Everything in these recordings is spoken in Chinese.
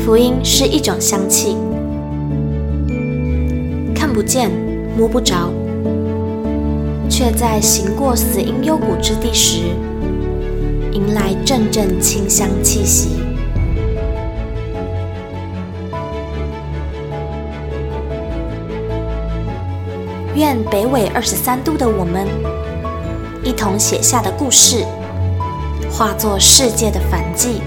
福音是一种香气，看不见摸不着，却在行过死荫幽谷之地时，迎来阵阵清香气息。愿北纬23度的我们，一同写下的故事，化作世界的繁纪。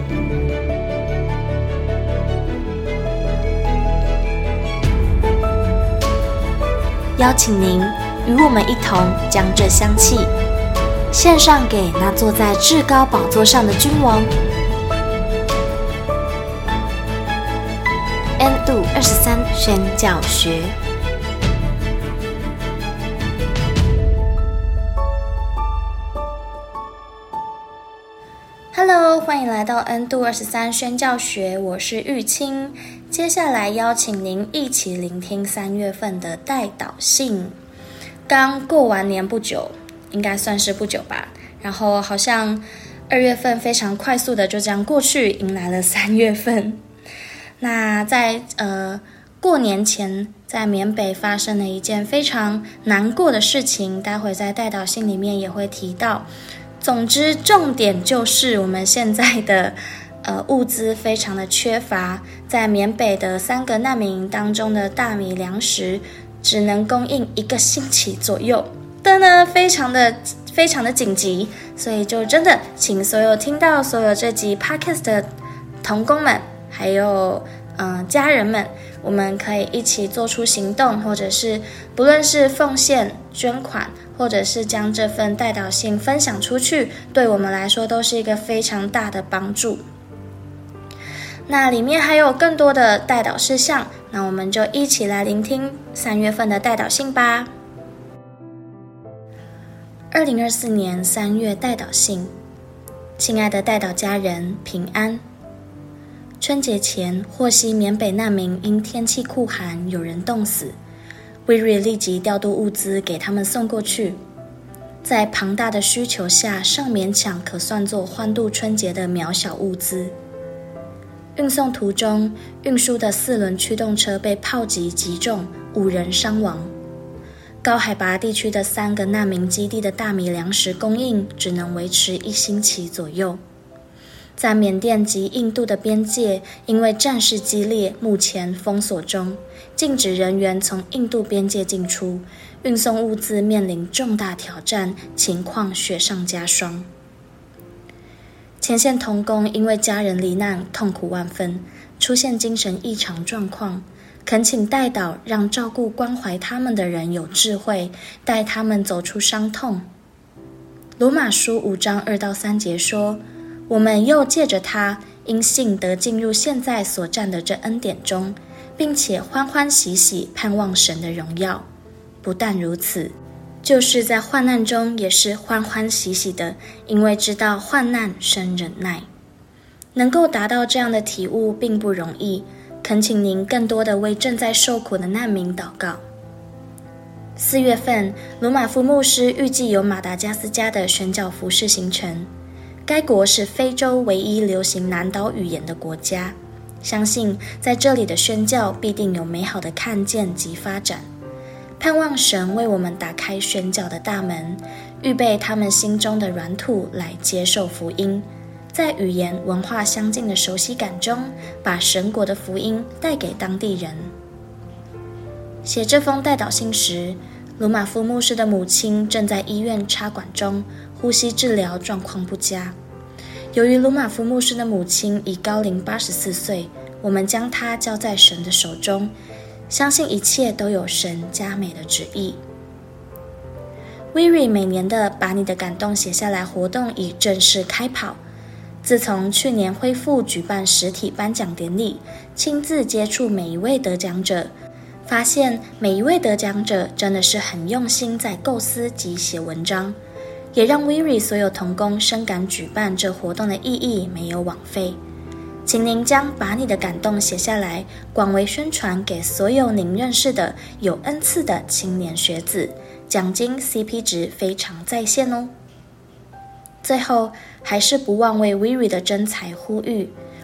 邀请您与我们一同将这香气献上给那坐在至高宝座上的君王。N 度23宣教学。Hello， 欢迎来到 N 度23宣教学，我是玉清。接下来邀请您一起聆听3月份的代祷信。刚过完年不久，应该算是不久吧。然后好像2月份非常快速的就这样过去，迎来了3月份。那在过年前，在缅北发生了一件非常难过的事情，待会在代祷信里面也会提到。总之，重点就是我们现在的物资非常的缺乏，在缅北的3个难民营当中的大米粮食只能供应1个星期左右的呢，非常的紧急，所以就真的请所有听到所有这集 podcast 的同工们，还有家人们，我们可以一起做出行动，或者是不论是奉献、捐款，或者是将这份代祷信分享出去，对我们来说都是一个非常大的帮助。那里面还有更多的代祷事项，那我们就一起来聆听3月份的代祷信吧。2024年3月代祷信。亲爱的代祷家人，平安。春节前，获悉缅北难民因天气酷寒，有人冻死。Weary 立即调度物资给他们送过去。在庞大的需求下，尚勉强可算作欢度春节的渺小物资。运送途中，运输的4轮驱动车被炮击击中，5人伤亡。高海拔地区的3个难民基地的大米粮食供应只能维持1星期左右。在缅甸及印度的边界，因为战事激烈，目前封锁中，禁止人员从印度边界进出，运送物资面临重大挑战，情况雪上加霜。前线同工因为家人罹难，痛苦万分，出现精神异常状况，恳请代祷，让照顾关怀他们的人有智慧，带他们走出伤痛。罗马书5章2到3节说，我们又借着他，因信得进入现在所占的这恩典中，并且欢欢喜喜盼望神的荣耀。不但如此，就是在患难中也是欢欢喜喜的，因为知道患难生忍耐。能够达到这样的体悟并不容易，恳请您更多的为正在受苦的难民祷告。4月份，鲁马夫牧师预计有马达加斯加的宣教服事行程。该国是非洲唯一流行南岛语言的国家，相信在这里的宣教必定有美好的看见及发展。盼望神为我们打开宣教的大门，预备他们心中的软土来接受福音，在语言文化相近的熟悉感中，把神国的福音带给当地人。写这封代祷信时，鲁马夫牧师的母亲正在医院插管中，呼吸治疗状况不佳。由于鲁马夫牧师的母亲已高龄84岁，我们将她交在神的手中，相信一切都有神佳美的旨意。Weary 每年的把你的感动写下来活动已正式开跑。自从去年恢复举办实体颁奖典礼，亲自接触每一位得奖者，发现每一位得奖者真的是很用心在构思及写文章，也让 Weary 所有同工深感举办这活动的意义没有枉费。请您将把你的感动写下来，广为宣传给所有您认识的有恩赐的青年学子，奖金 CP 值非常在线哦。最后，还是不忘为 Weary 的真才呼吁，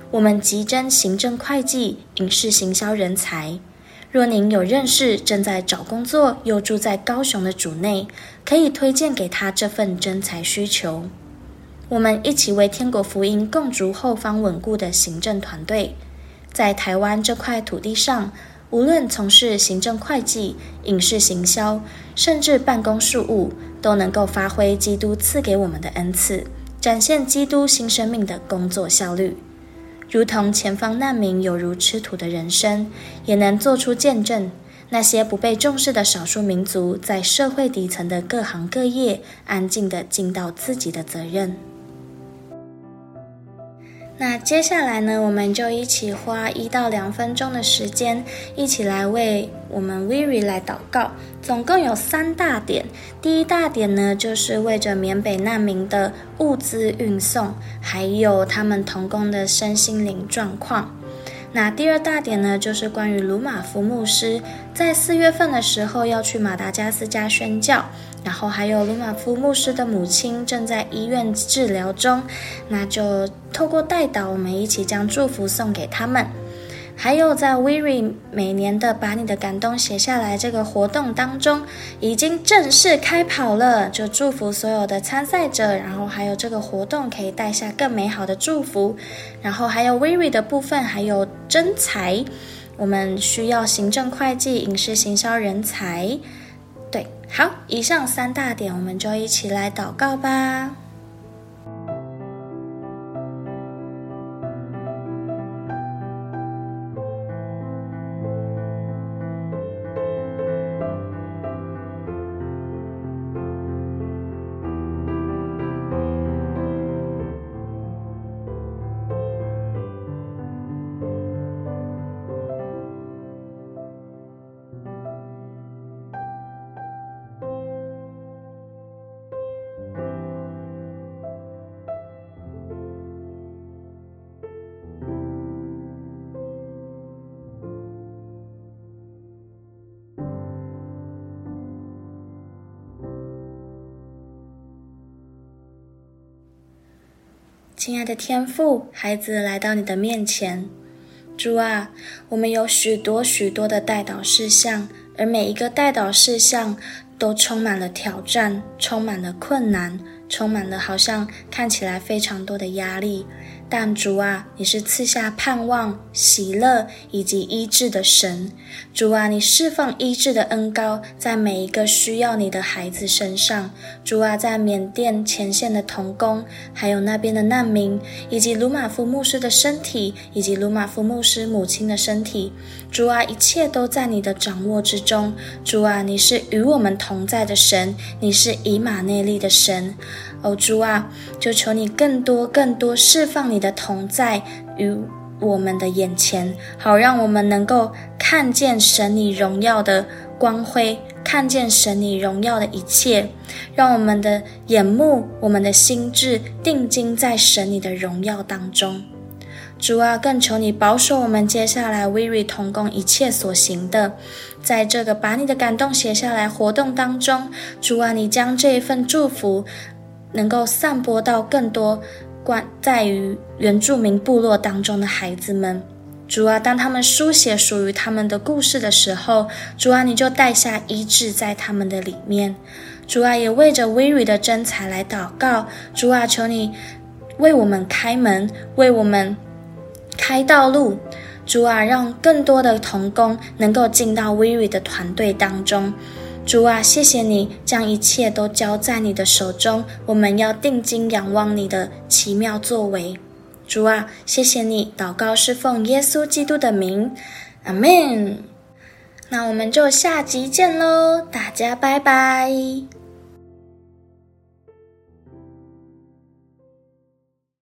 我们急征行政会计、影视行销人才。若您有认识正在找工作又住在高雄的主内，可以推荐给他这份征才需求。我们一起为天国福音共筑后方稳固的行政团队。在台湾这块土地上，无论从事行政会计、影视行销，甚至办公事务，都能够发挥基督赐给我们的恩赐，展现基督新生命的工作效率。如同前方难民有如吃土的人生，也能做出见证，那些不被重视的少数民族在社会底层的各行各业，安静地尽到自己的责任。那接下来呢，我们就一起花1到2分钟的时间，一起来为我们 Weary 来祷告。总共有3大点。第一大点呢，就是为着缅北难民的物资运送，还有他们同工的身心灵状况。那第2大点呢，就是关于鲁马夫牧师在4月份的时候要去马达加斯加宣教，然后还有鲁马夫牧师的母亲正在医院治疗中，那就透过代祷，我们一起将祝福送给他们。还有在 Weary 每年的把你的感动写下来这个活动当中，已经正式开跑了，就祝福所有的参赛者，然后还有这个活动可以带下更美好的祝福。然后还有 Weary 的部分，还有征才，我们需要行政会计、影视行销人才。对，好，以上3大点，我们就一起来祷告吧。亲爱的天父，孩子来到你的面前。主啊，我们有许多的代祷事项，而每一个代祷事项都充满了挑战，充满了困难，充满了好像看起来非常多的压力。但主啊，你是赐下盼望、喜乐以及医治的神。主啊，你释放医治的恩膏在每一个需要你的孩子身上。主啊，在缅甸前线的同工，还有那边的难民，以及鲁马夫牧师的身体，以及鲁马夫牧师母亲的身体。主啊，一切都在你的掌握之中。主啊，你是与我们同在的神，你是以马内利的神。主啊，就求你更多释放你的同在于我们的眼前，好让我们能够看见神你荣耀的光辉，看见神你荣耀的一切，让我们的眼目，我们的心智定睛在神你的荣耀当中。主啊，更求你保守我们接下来 Weary 同工一切所行的，在这个把你的感动写下来活动当中，主啊，你将这一份祝福能够散播到更多在于原住民部落当中的孩子们。主啊，当他们书写属于他们的故事的时候，主啊，你就带下医治在他们的里面。主啊，也为着 Weary 的征才来祷告。主啊，求你为我们开门，为我们开道路。主啊，让更多的同工能够进到 Weary 的团队当中。主啊，谢谢你将一切都交在你的手中，我们要定睛仰望你的奇妙作为。主啊，谢谢你，祷告是奉耶稣基督的名，阿们。那我们就下集见咯，大家拜拜。